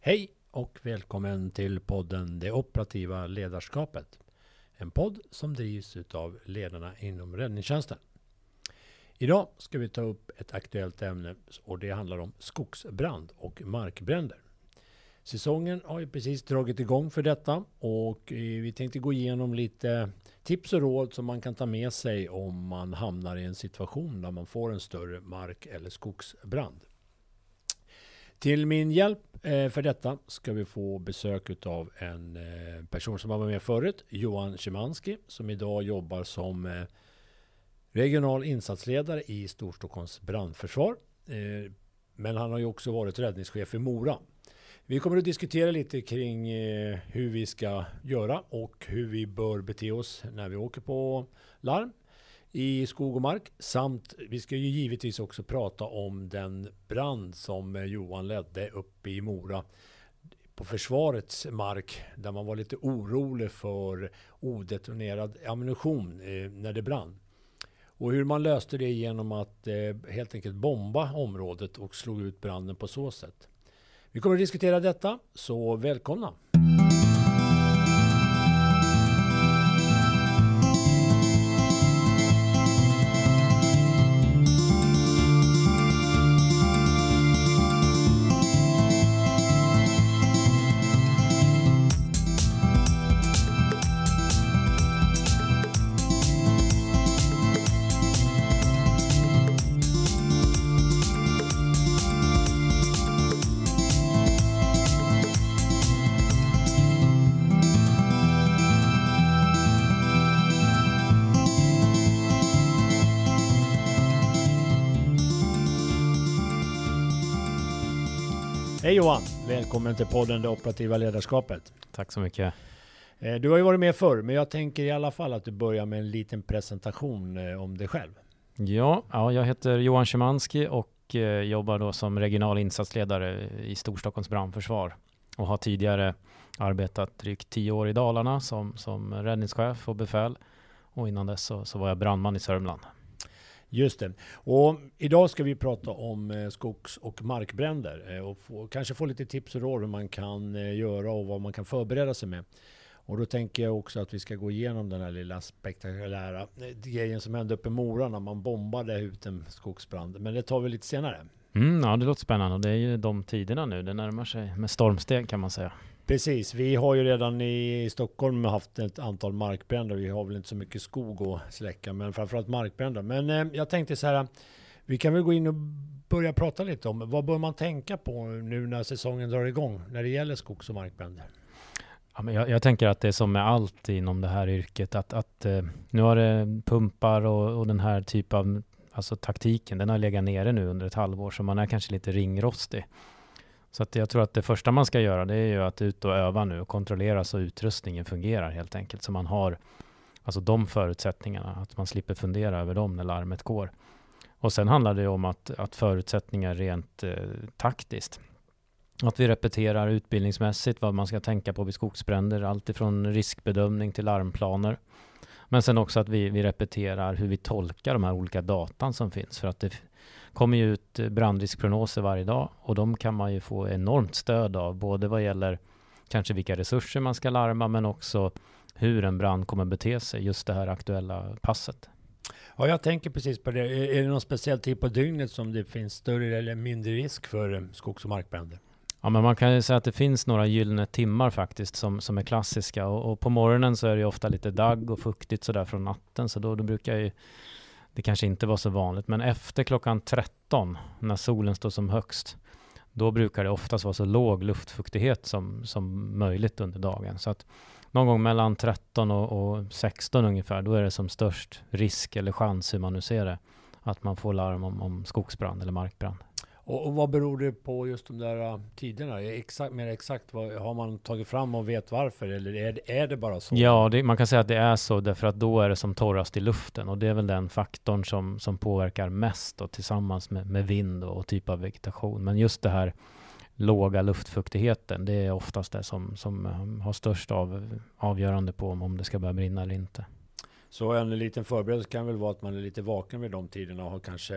Hej och välkommen till podden Det operativa ledarskapet. En podd som drivs av ledarna inom räddningstjänsten. Idag ska vi ta upp ett aktuellt ämne och det handlar om skogsbrand och markbränder. Säsongen har ju precis dragit igång för detta och vi tänkte gå igenom lite tips och råd som man kan ta med sig om man hamnar i en situation där man får en större mark- eller skogsbrand. Till min hjälp för detta ska vi få besök av en person som var med förut, Johan Szymanski, som idag jobbar som regional insatsledare i Storstockholms brandförsvar. Men han har ju också varit räddningschef i Mora. Vi kommer att diskutera lite kring hur vi ska göra och hur vi bör bete oss när vi åker på larm i skog och mark. Samt vi ska ju givetvis också prata om den brand som Johan ledde upp i Mora på försvarets mark, där man var lite orolig för odetonerad ammunition när det brann. Och hur man löste det genom att helt enkelt bomba området och slå ut branden på så sätt. Vi kommer att diskutera detta, så välkomna! Hej Johan, välkommen till podden Det operativa ledarskapet. Tack så mycket. Du har ju varit med förr, men jag tänker i alla fall att du börjar med en liten presentation om dig själv. Ja, jag heter Johan Szymanski och jobbar då som regional insatsledare i Storstockholms brandförsvar. Och har tidigare arbetat drygt 10 år i Dalarna som räddningschef och befäl. Och innan dess så var jag brandman i Sörmland. Just det. Och idag ska vi prata om skogs- och markbränder och kanske få lite tips och råd hur man kan göra och vad man kan förbereda sig med. Och då tänker jag också att vi ska gå igenom den här lilla spektakulära grejen som hände uppe i Mora när man bombade ut en skogsbrand. Men det tar vi lite senare. Ja, det låter spännande och det är ju de tiderna nu. Det närmar sig med stormsteg kan man säga. Precis, vi har ju redan i Stockholm haft ett antal markbränder. Vi har väl inte så mycket skog att släcka, men framförallt markbränder. Men jag tänkte så här, vi kan väl gå in och börja prata lite om vad bör man tänka på nu när säsongen drar igång när det gäller skogs- och markbränder? Ja, men jag tänker att det är som med allt inom det här yrket, att nu har det pumpar och den här typen av alltså taktiken, den har legat nere nu under ett halvår, så man är kanske lite ringrostig. Så att jag tror att det första man ska göra, det är ju att ut och öva nu och kontrollera så utrustningen fungerar helt enkelt. Så man har alltså de förutsättningarna, att man slipper fundera över dem när larmet går. Och sen handlar det om att förutsättningar rent taktiskt. Att vi repeterar utbildningsmässigt vad man ska tänka på vid skogsbränder, allt ifrån riskbedömning till larmplaner. Men sen också att vi repeterar hur vi tolkar de här olika datan som finns, för att det kommer ju ut brandriskprognoser varje dag och de kan man ju få enormt stöd av, både vad gäller kanske vilka resurser man ska larma men också hur en brand kommer bete sig just det här aktuella passet. Ja, jag tänker precis på det. Är det någon speciell tid på dygnet som det finns större eller mindre risk för skogs- och markbränder? Ja, men man kan ju säga att det finns några gyllene timmar faktiskt som är klassiska och på morgonen så är det ju ofta lite dagg och fuktigt sådär från natten, så då brukar ju det kanske inte vara så vanligt, men efter klockan 13 när solen står som högst, då brukar det oftast vara så låg luftfuktighet som möjligt under dagen. Så att någon gång mellan 13 och 16 ungefär, då är det som störst risk eller chans, hur man nu ser det, att man får larm om skogsbrand eller markbrand. Och vad beror det på just de där tiderna? Mer exakt, vad har man tagit fram och vet varför? Eller är det bara så? Ja, man kan säga att det är så därför att då är det som torrast i luften. Och det är väl den faktorn som påverkar mest då, tillsammans med vind och typ av vegetation. Men just det här låga luftfuktigheten, det är oftast det som har störst avgörande på om det ska börja brinna eller inte. Så en liten förberedelse kan väl vara att man är lite vaken vid de tiderna och har kanske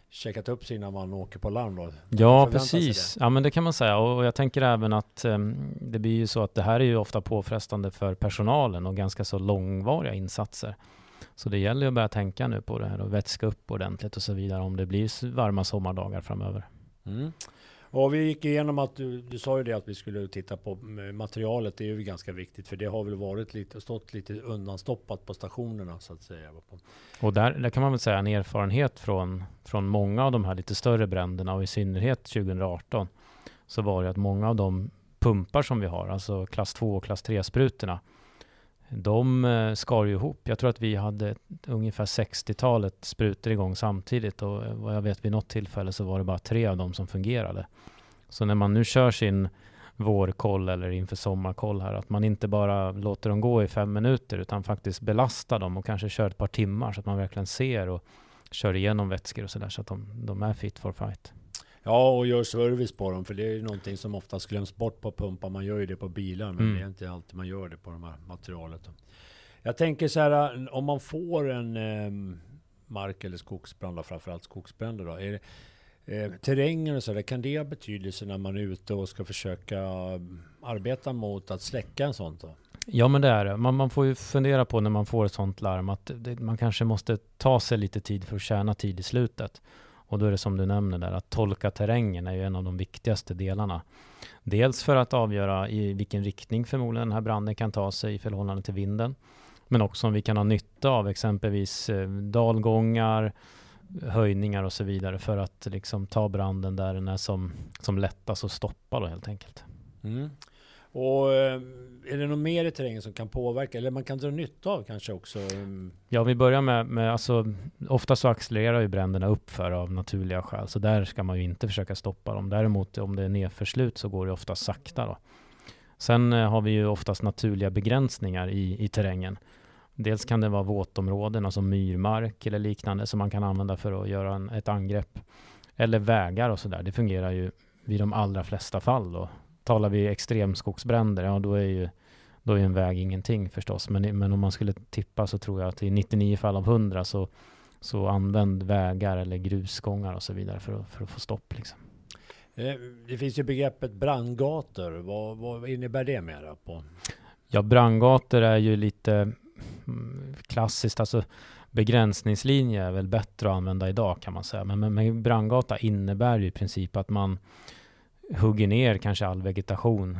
checkat upp sig innan man åker på larm då? Ja, precis. Ja, men det kan man säga. Och jag tänker även att det blir ju så att det här är ju ofta påfrestande för personalen och ganska så långvariga insatser. Så det gäller ju att börja tänka nu på det här och vätska upp ordentligt och så vidare om det blir varma sommardagar framöver. Mm. Och vi gick igenom att du sa ju det att vi skulle titta på materialet. Det är ju ganska viktigt för det har väl varit stått lite undanstoppat på stationerna så att säga. Och där kan man väl säga en erfarenhet från många av de här lite större bränderna och i synnerhet 2018 så var det att många av de pumpar som vi har, alltså klass 2 och klass 3 sprutorna, de skar ju ihop. Jag tror att vi hade ungefär 60-talet sprutor igång samtidigt och vad jag vet vid något tillfälle så var det bara 3 av dem som fungerade. Så när man nu kör sin vårkoll eller inför sommarkoll här, att man inte bara låter dem gå i 5 minuter utan faktiskt belastar dem och kanske kör ett par timmar så att man verkligen ser och kör igenom vätskor och sådär så att de är fit for fight. Ja, och gör service på dem, för det är ju någonting som oftast glöms bort på pumpar. Man gör ju det på bilar, men det är inte alltid man gör det på de här materialet. Jag tänker så här, om man får en mark- eller skogsbrand, framförallt skogsbränder då, är det, terrängen och så där, kan det ha betydelse när man är ute och ska försöka arbeta mot att släcka en sånt då? Ja, men det är det. Man får ju fundera på när man får ett sånt larm att man kanske måste ta sig lite tid för att tjäna tid i slutet. Och då är det som du nämner där, att tolka terrängen är ju en av de viktigaste delarna. Dels för att avgöra i vilken riktning förmodligen den här branden kan ta sig i förhållande till vinden. Men också om vi kan ha nytta av exempelvis dalgångar, höjningar och så vidare för att liksom ta branden där den är som lättast och stoppa då helt enkelt. Mm. Och är det något mer i terrängen som kan påverka eller man kan dra nytta av kanske också? Ja, vi börjar med alltså, ofta så accelererar ju bränderna upp för av naturliga skäl, så där ska man ju inte försöka stoppa dem. Däremot om det är nedförslut så går det ofta sakta då. Sen har vi ju oftast naturliga begränsningar i terrängen. Dels kan det vara våtområden, alltså myrmark eller liknande som man kan använda för att göra ett angrepp. Eller vägar och sådär. Det fungerar ju vid de allra flesta fall då. Talar vi extremskogsbränder, ja då är en väg ingenting förstås. Men om man skulle tippa så tror jag att i 99 fall av 100 så använd vägar eller grusgångar och så vidare för att få stopp liksom. Det finns ju begreppet brandgator. Vad innebär det mer på? Ja, brandgator är ju lite klassiskt. Alltså begränsningslinje är väl bättre att använda idag kan man säga. Men brandgata innebär ju i princip att man hugger ner kanske all vegetation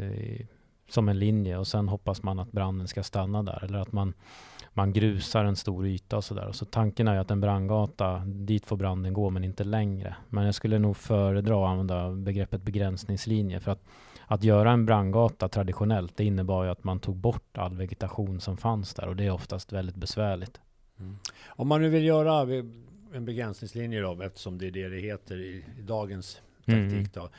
som en linje och sen hoppas man att branden ska stanna där. Eller att man grusar en stor yta och sådär. Så tanken är ju att en brandgata, dit får branden gå men inte längre. Men jag skulle nog föredra att använda begreppet begränsningslinje för att göra en brandgata traditionellt, det innebar ju att man tog bort all vegetation som fanns där och det är oftast väldigt besvärligt. Mm. Om man nu vill göra en begränsningslinje då, eftersom det är det heter i dagens taktik då.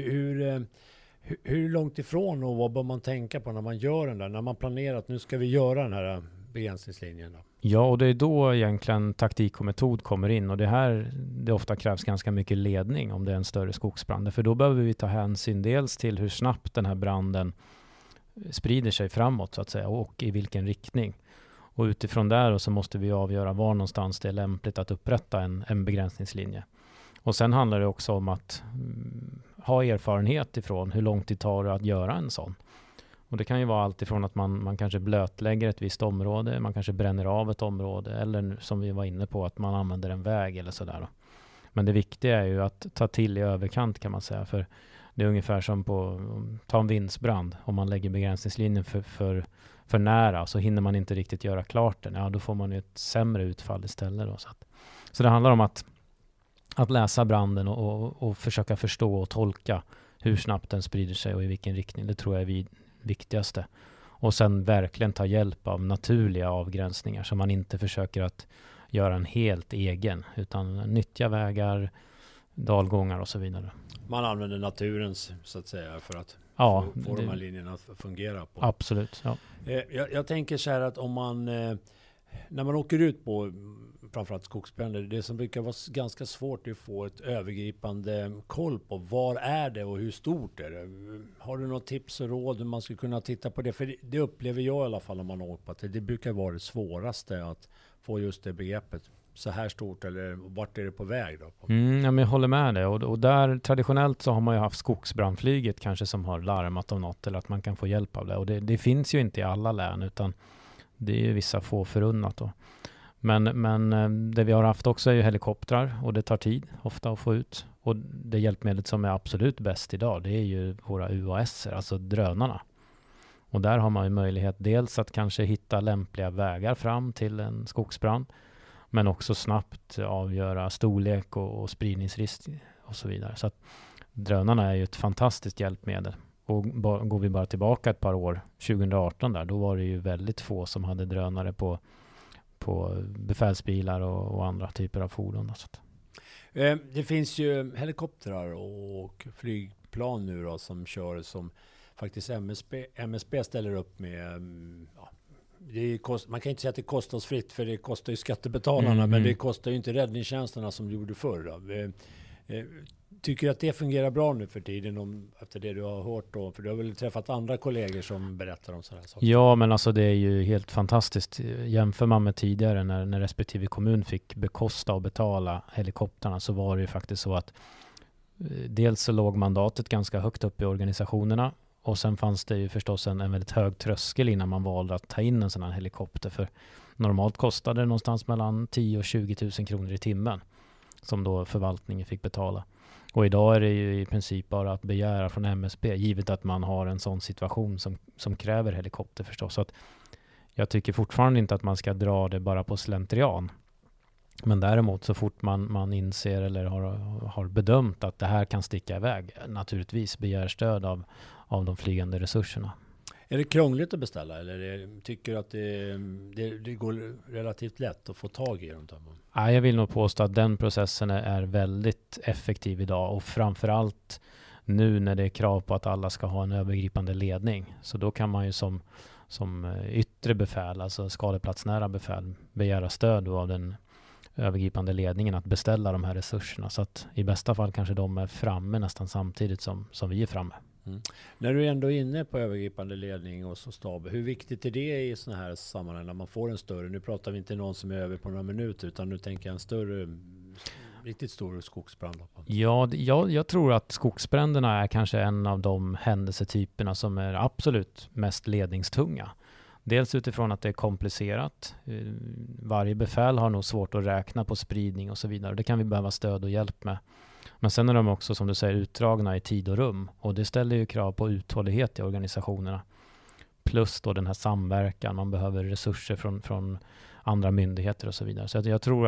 Hur långt ifrån och vad bör man tänka på när man gör den där, när man planerar att nu ska vi göra den här begränsningslinjen då? Ja, och det är då egentligen taktik och metod kommer in och det ofta krävs ganska mycket ledning om det är en större skogsbrand. För då behöver vi ta hänsyn dels till hur snabbt den här branden sprider sig framåt så att säga och i vilken riktning. Och utifrån där så måste vi avgöra var någonstans det är lämpligt att upprätta en begränsningslinje. Och sen handlar det också om att ha erfarenhet ifrån hur lång tid tar det att göra en sån. Och det kan ju vara allt ifrån att man kanske blötlägger ett visst område, man kanske bränner av ett område eller som vi var inne på att man använder en väg eller sådär. Men det viktiga är ju att ta till i överkant kan man säga, för det är ungefär som ta en vindsbrand. Om man lägger begränsningslinjen för nära så hinner man inte riktigt göra klart den. Ja, då får man ju ett sämre utfall istället då. Så det handlar om att läsa branden och försöka förstå och tolka hur snabbt den sprider sig och i vilken riktning. Det tror jag är viktigaste. Och sen verkligen ta hjälp av naturliga avgränsningar så man inte försöker att göra en helt egen utan nyttja vägar, dalgångar och så vidare. Man använder naturens så att säga för att få de här linjerna att fungera på. Absolut, ja. Jag tänker så här att om man när man åker ut på framförallt skogsbränder, det som brukar vara ganska svårt är att få ett övergripande koll på var är det och hur stort är det. Har du något tips och råd hur man skulle kunna titta på det? För det upplever jag i alla fall om man åker på att det brukar vara det svåraste att få just det begreppet. så här stort eller vart är det på väg då? Ja, men jag håller med dig. Och där traditionellt så har man ju haft skogsbrandflyget kanske som har larmat om något eller att man kan få hjälp av det. Och det finns ju inte i alla län utan det är ju vissa få förunnat då. Men det vi har haft också är ju helikoptrar och det tar tid ofta att få ut. Och det hjälpmedlet som är absolut bäst idag det är ju våra UAS, alltså drönarna. Och där har man ju möjlighet dels att kanske hitta lämpliga vägar fram till en skogsbrand. Men också snabbt avgöra storlek och spridningsrisk och så vidare. Så att drönarna är ju ett fantastiskt hjälpmedel. Och går vi bara tillbaka ett par år, 2018 där, då var det ju väldigt få som hade drönare på befälsbilar och andra typer av fordon. Så att. Det finns ju helikoptrar och flygplan nu då som kör som faktiskt MSB ställer upp med. Man kan inte säga att det är kostnadsfritt för det kostar ju skattebetalarna men det kostar ju inte räddningstjänsterna som det gjorde förr. Tycker du att det fungerar bra nu för tiden efter det du har hört då? För du har väl träffat andra kollegor som berättar om sådana saker? Ja, men alltså det är ju helt fantastiskt. Jämför man med tidigare när respektive kommun fick bekosta och betala helikoptrarna så var det ju faktiskt så att dels så låg mandatet ganska högt upp i organisationerna och sen fanns det ju förstås en väldigt hög tröskel innan man valde att ta in en sån här helikopter. För normalt kostade det någonstans mellan 10 och 20 000 kronor i timmen som då förvaltningen fick betala. Och idag är det ju i princip bara att begära från MSB, givet att man har en sån situation som kräver helikopter förstås. Så att jag tycker fortfarande inte att man ska dra det bara på slentrian. Men däremot så fort man inser eller har bedömt att det här kan sticka iväg, naturligtvis begär stöd av de flygande resurserna. Är det krångligt att beställa eller tycker du att det går relativt lätt att få tag i dem? Ja, jag vill nog påstå att den processen är väldigt effektiv idag och framförallt nu när det är krav på att alla ska ha en övergripande ledning. Så då kan man ju som yttre befäl, alltså skadeplatsnära befäl, begära stöd av den övergripande ledningen att beställa de här resurserna. Så att i bästa fall kanske de är framme nästan samtidigt som vi är framme. Mm. När du är ändå inne på övergripande ledning och så stab, hur viktigt är det i sådana här sammanhang när man får en större, nu pratar vi inte någon som är över på några minuter utan nu tänker jag en större, riktigt stor skogsbrand? Ja, jag tror att skogsbränderna är kanske en av de händelsetyperna som är absolut mest ledningstunga. Dels utifrån att det är komplicerat. Varje befäl har nog svårt att räkna på spridning och så vidare. Det kan vi behöva stöd och hjälp med. Men sen är de också, som du säger, utdragna i tid och rum. Och det ställer ju krav på uthållighet i organisationerna. Plus då den här samverkan. Man behöver resurser från andra myndigheter och så vidare. Så jag tror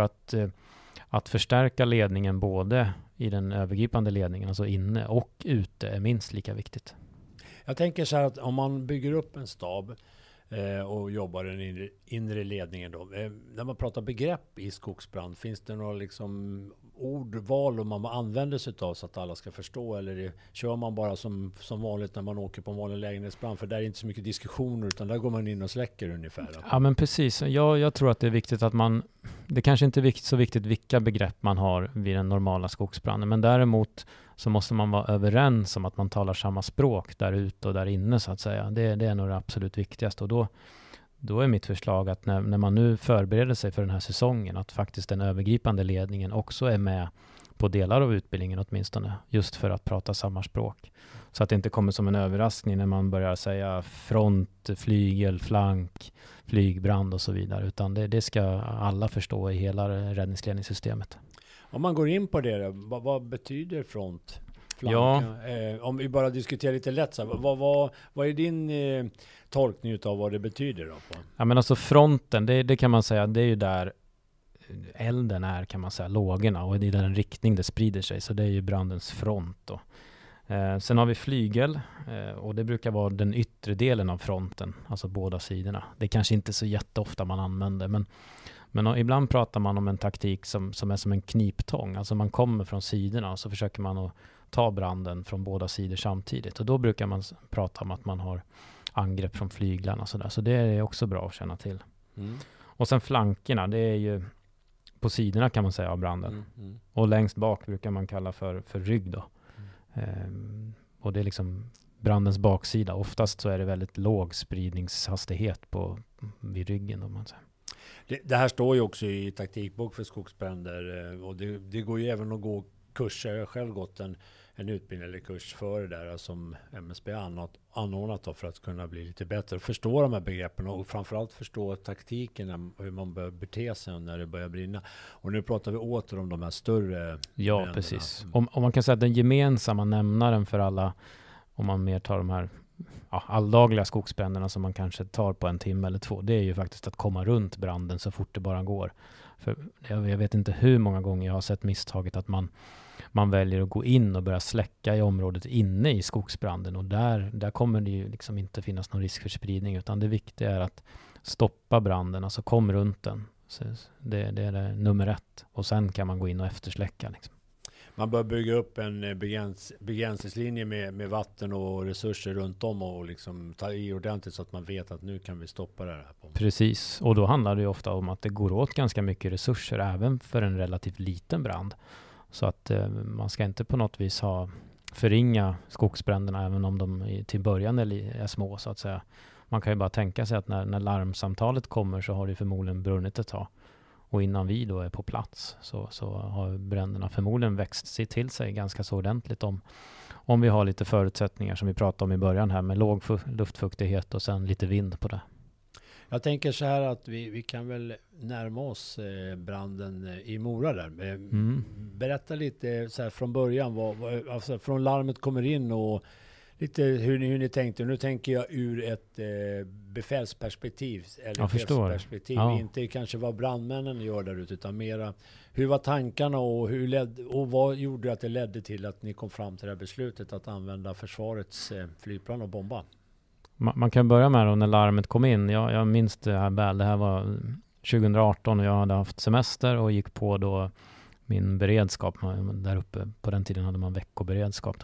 att förstärka ledningen både i den övergripande ledningen, alltså inne och ute, är minst lika viktigt. Jag tänker så här att om man bygger upp en stab och jobbar den inre ledningen då. När man pratar begrepp i skogsbrand, finns det några liksom ordval om man använder sig av så att alla ska förstå, eller kör man bara som vanligt när man åker på en vanlig lägenhetsbrand, för där är inte så mycket diskussioner utan där går man in och släcker ungefär. Ja men precis, jag tror att det är viktigt att det kanske inte är så viktigt vilka begrepp man har vid den normala skogsbranden, men däremot så måste man vara överens om att man talar samma språk där ute och där inne så att säga. Det är nog det absolut viktigaste, och då är mitt förslag att när man nu förbereder sig för den här säsongen, att faktiskt den övergripande ledningen också är med på delar av utbildningen åtminstone, just för att prata samma språk. Så att det inte kommer som en överraskning när man börjar säga front, flygel, flank, flygbrand och så vidare, utan det ska alla förstå i hela räddningsledningssystemet. Om man går in på det, vad betyder front? Flank? Ja. Om vi bara diskuterar lite lätt så här, vad är din tolkning av vad det betyder då? Ja men alltså fronten, det kan man säga, det är ju där elden är, kan man säga, lågorna, och det är den riktning det sprider sig, så det är ju brandens front då. Sen har vi flygel, och det brukar vara den yttre delen av fronten, alltså båda sidorna. Det är kanske inte så jätteofta man använder, men ibland pratar man om en taktik som är som en kniptång. Alltså man kommer från sidorna och så försöker man att ta branden från båda sidor samtidigt. Och då brukar man prata om att man har angrepp från flyglarna och sådär. Så det är också bra att känna till. Mm. Och sen flankerna, det är ju på sidorna kan man säga av branden. Och längst bak brukar man kalla för rygg då. Och det är liksom brandens baksida. Oftast så är det väldigt låg spridningshastighet vid ryggen om man säger. Det här står ju också i taktikbok för skogsbränder och det går ju även att gå kurser. Jag har själv gått en utbildning eller kurs för det där som MSB anordnat då för att kunna bli lite bättre och förstå de här begreppen och framförallt förstå taktiken, hur man bör bete sig när det börjar brinna. Och nu pratar vi åter om de här större Ja, bränderna. precis. Om man kan säga att den gemensamma nämnaren för alla, om man mer tar de här alldagliga skogsbränderna som man kanske tar på 1 timme eller 2, det är ju faktiskt att komma runt branden så fort det bara går. För jag vet inte hur många gånger jag har sett misstaget att man väljer att gå in och börja släcka i området inne i skogsbranden och där kommer det ju liksom inte finnas någon risk för spridning, utan det viktiga är att stoppa branden, alltså kom runt den. Så det är det nummer 1 och sen kan man gå in och eftersläcka liksom. Man bör bygga upp en begränsningslinje med vatten och resurser runt om och liksom ta i ordentligt så att man vet att nu kan vi stoppa det här. Precis, och då handlar det ju ofta om att det går åt ganska mycket resurser även för en relativt liten brand. Så att man ska inte på något vis förringa skogsbränderna även om de till början är små så att säga. Man kan ju bara tänka sig att när larmsamtalet kommer så har det förmodligen brunnit ett tag. Och innan vi då är på plats så har bränderna förmodligen växt till sig ganska så ordentligt om vi har lite förutsättningar som vi pratade om i början här med låg luftfuktighet och sen lite vind på det. Jag tänker så här att vi kan väl närma oss branden i Mora där. Berätta lite så här från början, alltså från larmet kommer in och lite hur ni tänkte. Nu tänker jag ur ett befälsperspektiv. Eller chefsperspektiv. Ja. Inte kanske vad brandmännen gör där ute utan mera hur var tankarna och vad gjorde att det ledde till att ni kom fram till det här beslutet att använda försvarets flygplan och bomba? Man kan börja med då när larmet kom in. Jag minns det här väl. Det här var 2018 och jag hade haft semester och gick på då min beredskap. Där uppe på den tiden hade man veckoberedskap då.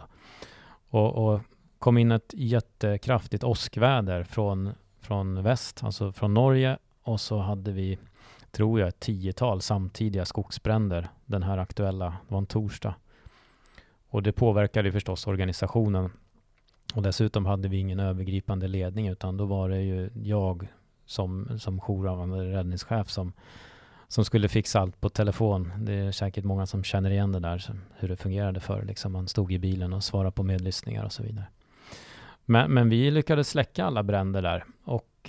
Och kom in ett jättekraftigt åskväder från väst, alltså från Norge. Och så hade vi, tror jag, 10-tal samtidiga skogsbränder. Den här aktuella, det var en torsdag. Och det påverkade förstås organisationen. Och dessutom hade vi ingen övergripande ledning utan då var det ju jag som jourhavande räddningschef som skulle fixa allt på telefon. Det är säkert många som känner igen det där, hur det fungerade förr. Liksom man stod i bilen och svarade på medlyssningar och så vidare. Men vi lyckades släcka alla bränder där. Och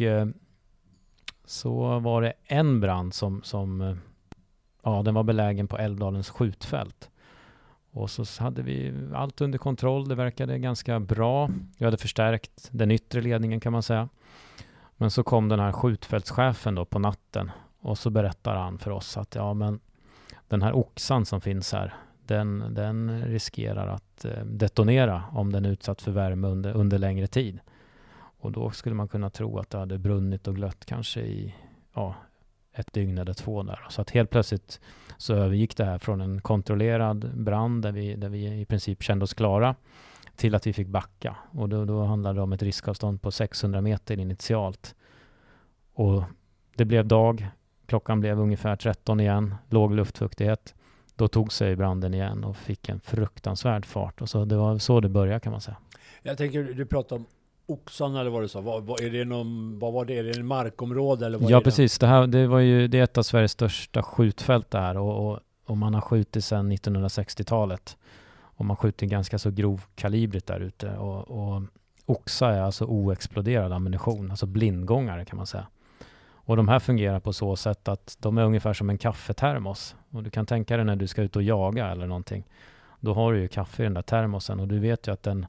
så var det en brand som den var belägen på Älvdalens skjutfält. Och så hade vi allt under kontroll. Det verkade ganska bra. Vi hade förstärkt den yttre ledningen kan man säga. Men så kom den här skjutfältschefen då på natten. Och så berättar han för oss att men den här oxan som finns här, den riskerar att detonera om den är utsatt för värme under längre tid. Och då skulle man kunna tro att det hade brunnit och glött kanske i 1 dygn eller 2 där. Så att helt plötsligt så övergick det här från en kontrollerad brand där vi i princip kände oss klara till att vi fick backa. Och då handlade det om ett riskavstånd på 600 meter initialt. Och det blev dag. Klockan blev ungefär 13 igen. Låg luftfuktighet. Då tog sig branden igen och fick en fruktansvärd fart. Och så det var så det började kan man säga. Jag tänker, du pratade om Oxan eller vad du sa. Vad var det? Är det en markområde? Eller vad är precis. Det är ett av Sveriges största skjutfält där. Och man har skjutit sedan 1960-talet. Och man skjuter ganska så grovkalibrigt där ute. Och oxa är alltså oexploderad ammunition. Alltså blindgångare kan man säga. Och de här fungerar på så sätt att de är ungefär som en kaffetermos. Och du kan tänka dig när du ska ut och jaga eller någonting. Då har du ju kaffe i den där termosen och du vet ju att den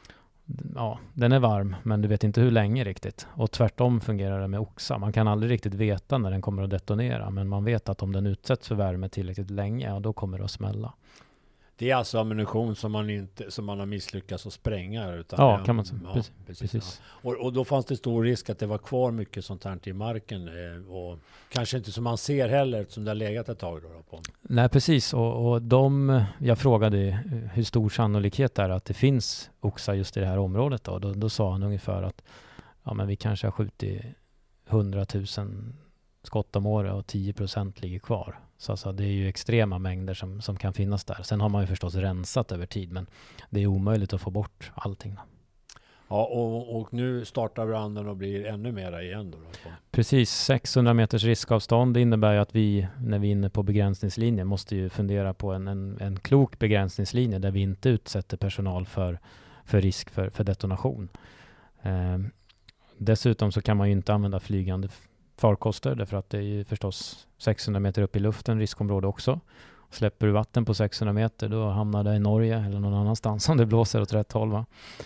är varm men du vet inte hur länge riktigt. Och tvärtom fungerar det med oxa. Man kan aldrig riktigt veta när den kommer att detonera men man vet att om den utsätts för värme tillräckligt länge då kommer det att smälla. Det är alltså ammunition som man har misslyckats att spränga. Utan kan man säga. Precis. Ja. Och då fanns det stor risk att det var kvar mycket sånt här i marken. Och kanske inte som man ser heller som det har legat ett tag. På. Nej, precis. Och jag frågade hur stor sannolikhet det är att det finns oxar just i det här området. Då sa han ungefär att men vi kanske har skjutit 100 000 skott om året och 10% ligger kvar. Så det är ju extrema mängder som kan finnas där. Sen har man ju förstås rensat över tid men det är omöjligt att få bort allting. Ja, och nu startar branden och blir ännu mera igen då? Precis, 600 meters riskavstånd. Det innebär ju att vi, när vi är inne på begränsningslinjen, måste ju fundera på en klok begränsningslinje där vi inte utsätter personal för risk för detonation. Dessutom så kan man ju inte använda flygande farkoster, därför att det är ju förstås 600 meter upp i luften, riskområde också. Släpper du vatten på 600 meter, då hamnar det i Norge eller någon annanstans om det blåser åt rätt håll, va?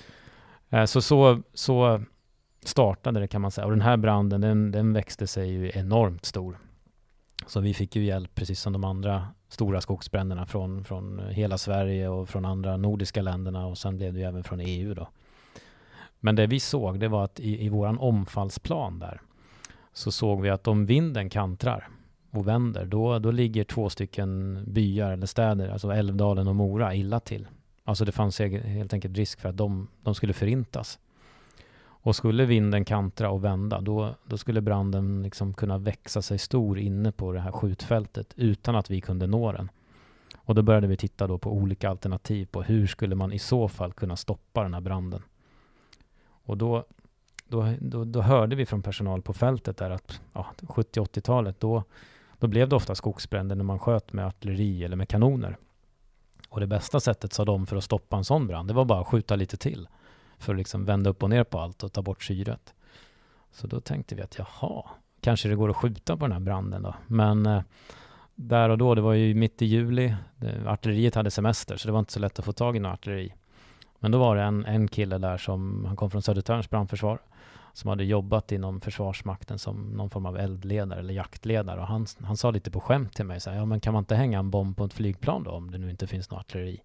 Så startade det, kan man säga. Och den här branden, den växte sig ju enormt stor. Så vi fick ju hjälp, precis som de andra stora skogsbränderna, från hela Sverige och från andra nordiska länderna, och sen blev det ju även från EU då. Men det vi såg, det var att i våran omfallsplan där, så såg vi att om vinden kantrar och vänder, då ligger 2 stycken byar eller städer, alltså Älvdalen och Mora, illa till. Alltså det fanns helt enkelt risk för att de skulle förintas. Och skulle vinden kantra och vända, då skulle branden liksom kunna växa sig stor inne på det här skjutfältet utan att vi kunde nå den. Och då började vi titta då på olika alternativ på hur skulle man i så fall kunna stoppa den här branden. Och då hörde vi från personal på fältet där att 70-80-talet, då blev det ofta skogsbränder när man sköt med artilleri eller med kanoner. Och det bästa sättet, sa de, för att stoppa en sån brand, det var bara att skjuta lite till. För att liksom vända upp och ner på allt och ta bort syret. Så då tänkte vi att kanske det går att skjuta på den här branden då. Men där och då, det var ju mitt i juli. Artilleriet hade semester, så det var inte så lätt att få tag i någon artilleri. Men då var det en kille där han kom från Södertörns brandförsvar, som hade jobbat inom Försvarsmakten som någon form av eldledare eller jaktledare. Och han sa lite på skämt till mig, så här, men kan man inte hänga en bomb på ett flygplan då, om det nu inte finns något artilleri?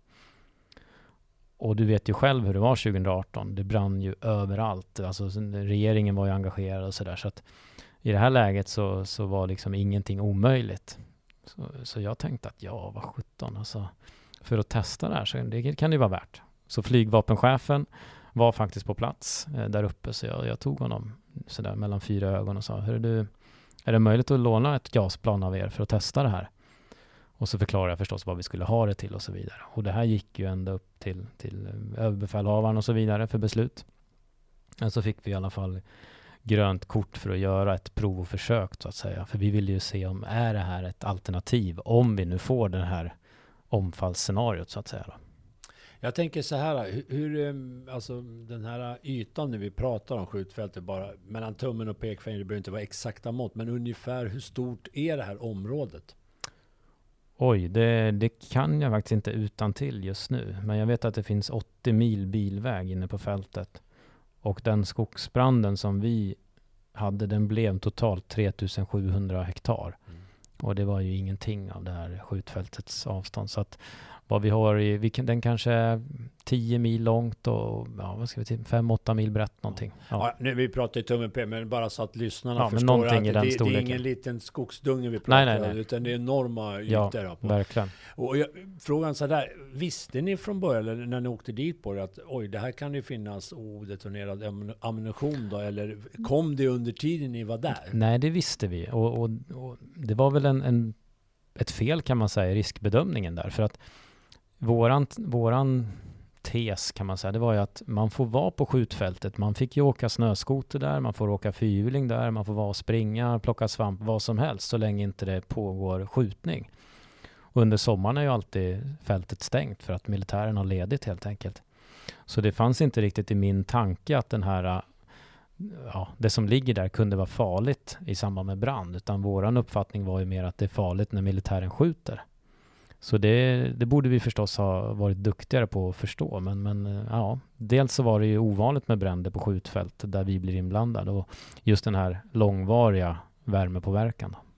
Och du vet ju själv hur det var 2018. Det brann ju överallt. Alltså regeringen var ju engagerad och sådär. Så att i det här läget så var liksom ingenting omöjligt. Så jag tänkte att vad 17, alltså, för att testa det här, så det kan det vara värt. Så flygvapenchefen var faktiskt på plats där uppe, så jag tog honom sådär mellan 4 ögon och sa, är det möjligt att låna ett gasplan av er för att testa det här? Och så förklarade jag förstås vad vi skulle ha det till och så vidare. Och det här gick ju ända upp till överbefälhavaren och så vidare för beslut. Men så fick vi i alla fall grönt kort för att göra ett prov och försök, så att säga. För vi ville ju se om är det här ett alternativ, om vi nu får det här omfallsscenariot, så att säga då. Jag tänker så här, hur alltså den här ytan när vi pratar om skjutfältet, bara mellan tummen och pekfingret, det behöver inte vara exakta mått, men ungefär hur stort är det här området? Oj, det kan jag faktiskt inte utan till just nu. Men jag vet att det finns 80 mil bilväg inne på fältet. Och den skogsbranden som vi hade, den blev totalt 3700 hektar. Och det var ju ingenting av det här skjutfältets avstånd. Så att vad vi har den kanske är 10 mil långt och 5-8 mil brett någonting. Ja. Nu vi pratar i tummen P, men bara så att lyssnarna förstår att det är ingen liten skogsdunge vi pratar om, utan det är enorma ytor. Ja, verkligen. Och frågan så där, visste ni från början, eller när ni åkte dit på det, att det här kan ju finnas odetonerad ammunition då, eller kom det under tiden ni var där? Nej, det visste vi. Och det var väl ett fel, kan man säga, i riskbedömningen där. För att våran tes, kan man säga, det var ju att man får vara på skjutfältet. Man fick ju åka snöskoter där, man får åka fyrhjuling där, man får vara och springa, plocka svamp, vad som helst, så länge inte det pågår skjutning. Och under sommaren är ju alltid fältet stängt för att militären har ledigt helt enkelt. Så det fanns inte riktigt i min tanke att den här det som ligger där kunde vara farligt i samband med brand, utan våran uppfattning var ju mer att det är farligt när militären skjuter. Så det borde vi förstås ha varit duktigare på att förstå, men dels så var det ju ovanligt med bränder på skjutfält där vi blir inblandade, och just den här långvariga värmepåverkan då.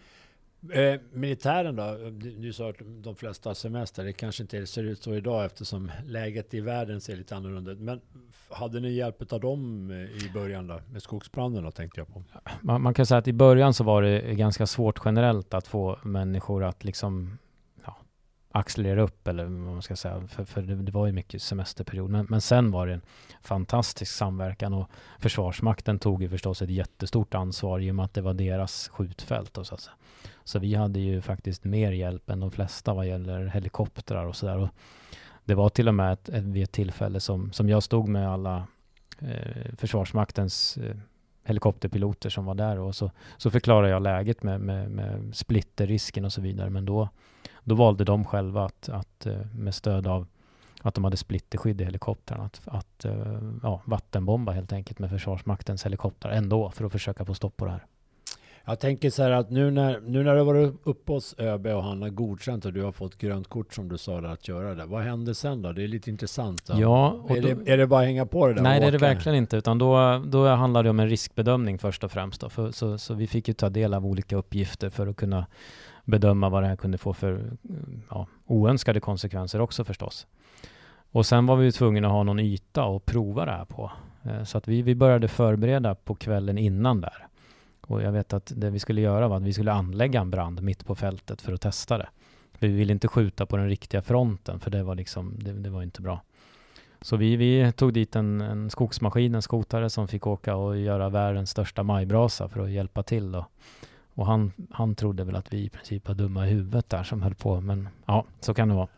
Militären då, du sa att de flesta semester, det kanske inte ser ut så idag eftersom läget i världen ser lite annorlunda ut, men hade ni hjälp av dem i början då, med skogsbranden då, tänkte jag på? Man kan säga att i början så var det ganska svårt generellt att få människor att liksom accelerera upp, eller vad man ska säga, för det var ju mycket semesterperiod, men sen var det en fantastisk samverkan, och Försvarsmakten tog ju förstås ett jättestort ansvar i och med att det var deras skjutfält och så att säga. Så vi hade ju faktiskt mer hjälp än de flesta vad gäller helikoptrar och sådär. Och det var till och med vid ett tillfälle som jag stod med alla Försvarsmaktens helikopterpiloter som var där, och så förklarar jag läget med splitterrisken och så vidare, men då valde de själva att med stöd av att de hade splitterskydd i helikoptern att vattenbomba helt enkelt med Försvarsmaktens helikopter ändå för att försöka få stopp på det här. Jag tänker så här att nu när du var uppe hos ÖB och han har godkänt och du har fått grönt kort som du sa där att göra det. Vad händer sen då? Det är lite intressant. Då. Ja, och är det bara att hänga på det där? Nej, det är det verkligen inte. Utan då handlar det om en riskbedömning först och främst. Då. Så vi fick ju ta del av olika uppgifter för att kunna bedöma vad det här kunde få för oönskade konsekvenser också förstås. Och sen var vi ju tvungna att ha någon yta och prova det här på. Så att vi började förbereda på kvällen innan där. Och jag vet att det vi skulle göra var att vi skulle anlägga en brand mitt på fältet för att testa det. För vi ville inte skjuta på den riktiga fronten, för det var liksom, det var inte bra. Så vi tog dit en skogsmaskin, en skotare som fick åka och göra världens största majbrasa för att hjälpa till då. Och han trodde väl att vi i princip var dumma i huvudet där som höll på, men ja, så kan det vara.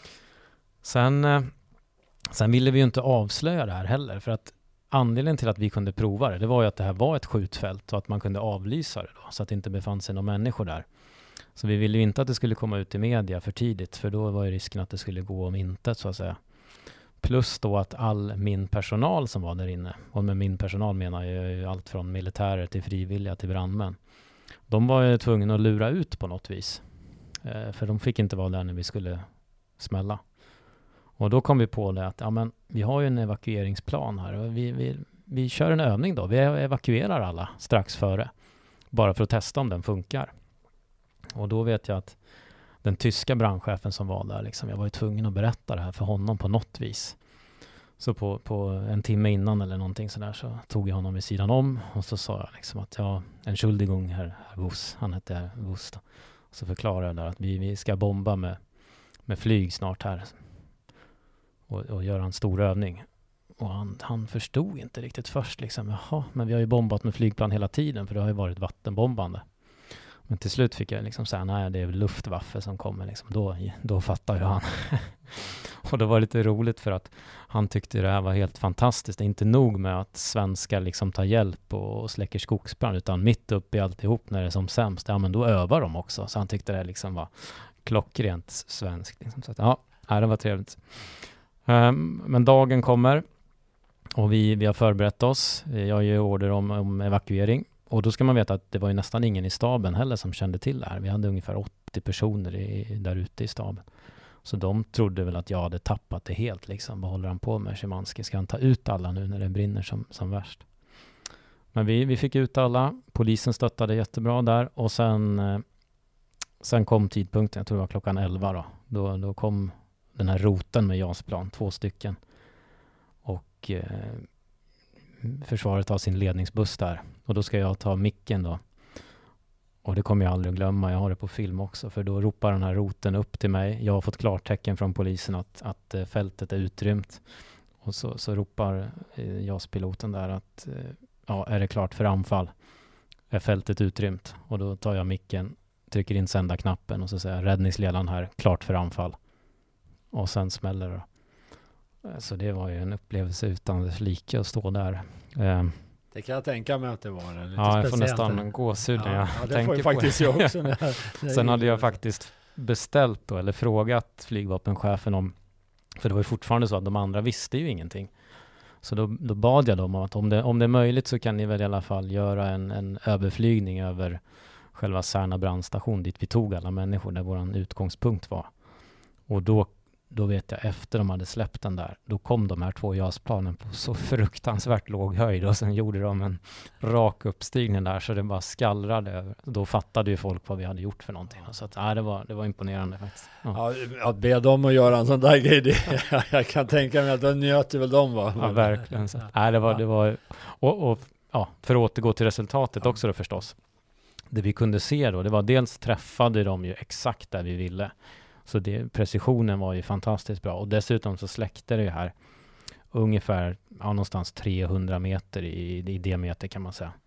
Sen ville vi ju inte avslöja det här heller, för att anledningen till att vi kunde prova det var ju att det här var ett skjutfält och att man kunde avlysa det då, så att det inte befann sig några människor där. Så vi ville ju inte att det skulle komma ut i media för tidigt, för då var ju risken att det skulle gå om intet så att säga. Plus då att all min personal som var där inne, och med min personal menar jag ju allt från militärer till frivilliga till brandmän. De var ju tvungna att lura ut på något vis. För de fick inte vara där när vi skulle smälla. Och då kom vi på det att vi har ju en evakueringsplan här. Och vi kör en övning då. Vi evakuerar alla strax före. Bara för att testa om den funkar. Och då vet jag att den tyska brandchefen som var där, jag var ju tvungen att berätta det här för honom på något vis. Så på en timme innan eller någonting sådär så tog jag honom vid sidan om. Och så sa jag att Entschuldigung, herr Wuss. Han hette herr Wuss då. Så förklarade jag där att vi ska bomba med flyg snart här. Och göra en stor övning. Och han förstod inte riktigt först. Men vi har ju bombat med flygplan hela tiden, för det har ju varit vattenbombande. Men till slut fick jag säga, nej, det är Luftwaffe som kommer. Då fattar ju han. Och det var lite roligt för att han tyckte det här var helt fantastiskt. Det är inte nog med att svenskar tar hjälp och släcker skogsbrand, utan mitt uppe i alltihop när det är som sämst, då övar de också. Så han tyckte det var klockrent svenskt. Så att, det var trevligt. Men dagen kommer och vi har förberett oss. Jag ger order om evakuering. Och då ska man veta att det var ju nästan ingen i staben heller som kände till det här. Vi hade ungefär 80 personer där ute i staben. Så de trodde väl att jag hade tappat det helt. Vad håller han på med, Szymanski? Ska han ta ut alla nu när det brinner som värst? Men vi fick ut alla. Polisen stöttade jättebra där. Och sen kom tidpunkten. Jag tror det var klockan 11 då. Då kom den här roten med JAS-plan, 2 stycken. Och försvaret har sin ledningsbuss där. Och då ska jag ta micken då. Och det kommer jag aldrig att glömma. Jag har det på film också. För då ropar den här roten upp till mig. Jag har fått klartecken från polisen att fältet är utrymt. Och så ropar JAS-piloten där att är det klart för anfall? Är fältet utrymt? Och då tar jag micken, trycker in sända-knappen och så säger jag, räddningsledaren här, klart för anfall. Och sen smäller det. Så det var ju en upplevelse utan dess like att stå där. Det kan jag tänka mig att det var. Lite jag får nästan en gåshud när jag det tänker får ju på faktiskt jag också. Sen hade jag faktiskt beställt eller frågat flygvapenchefen om, för det var ju fortfarande så att de andra visste ju ingenting. Så då bad jag dem att om det är möjligt så kan ni väl i alla fall göra en överflygning över själva Särna brandstation dit vi tog alla människor, där vår utgångspunkt var. Och då vet jag, efter de hade släppt den där, då kom de här 2 JAS-planen på så fruktansvärt låg höjd och sen gjorde de en rak uppstigning där så det bara skallrade över. Då fattade ju folk vad vi hade gjort för någonting. Så att, det var imponerande faktiskt. Ja. Att be dem att göra en sån där grej, jag kan tänga mig att de njöt väl de var. Ja, verkligen. Så. Det var och för att återgå till resultatet också då förstås. Det vi kunde se då, det var dels träffade de ju exakt där vi ville. Så precisionen var ju fantastiskt bra. Och dessutom så släckte det ju här ungefär någonstans 300 meter i diameter kan man säga.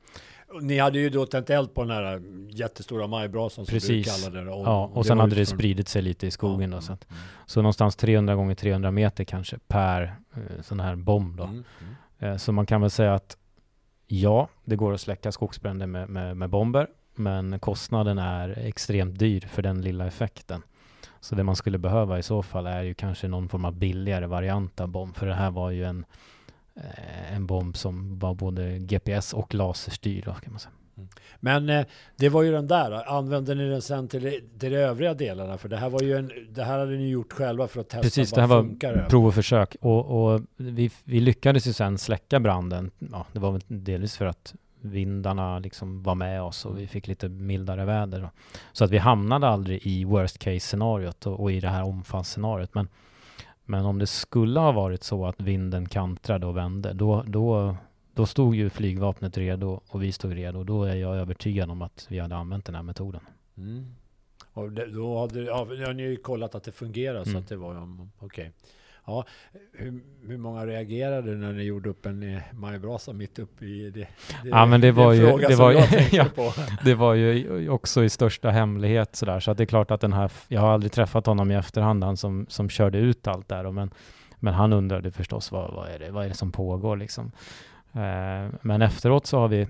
Ni hade ju då tänt eld på den här jättestora majbrasan som du kallade det. Och sen hade det spridit sig lite i skogen. Då, så någonstans 300 gånger 300 meter kanske per sån här bomb. Då. Så man kan väl säga att ja, det går att släcka skogsbränder med bomber. Men kostnaden är extremt dyr för den lilla effekten. Så det man skulle behöva i så fall är ju kanske någon form av billigare variant av bomb. För det här var ju en bomb som var både GPS och laserstyrd, kan man säga. Men det var ju den där. Använde ni den sen till de övriga delarna? För det här var ju det här hade ni gjort själva för att testa. Precis, det här var prov och försök. Och vi lyckades ju sen släcka branden. Ja, det var väl delvis för att vindarna liksom var med oss och vi fick lite mildare väder. Då. Så att vi hamnade aldrig i worst case scenariot och i det här omfallsscenariot. Men om det skulle ha varit så att vinden kantrade och vände, då stod ju flygvapnet redo och vi stod redo. Då är jag övertygad om att vi hade använt den här metoden. Och då hade ni ju kollat att det fungerar så att det var okej. Ja, hur många reagerade när ni gjorde upp en majbrasa mitt uppe i det? Ja, men det var ju också i största hemlighet sådär. Så att det är klart att jag har aldrig träffat honom i efterhand, han som körde ut allt där. Men han undrade förstås vad är det som pågår liksom. Men efteråt så har vi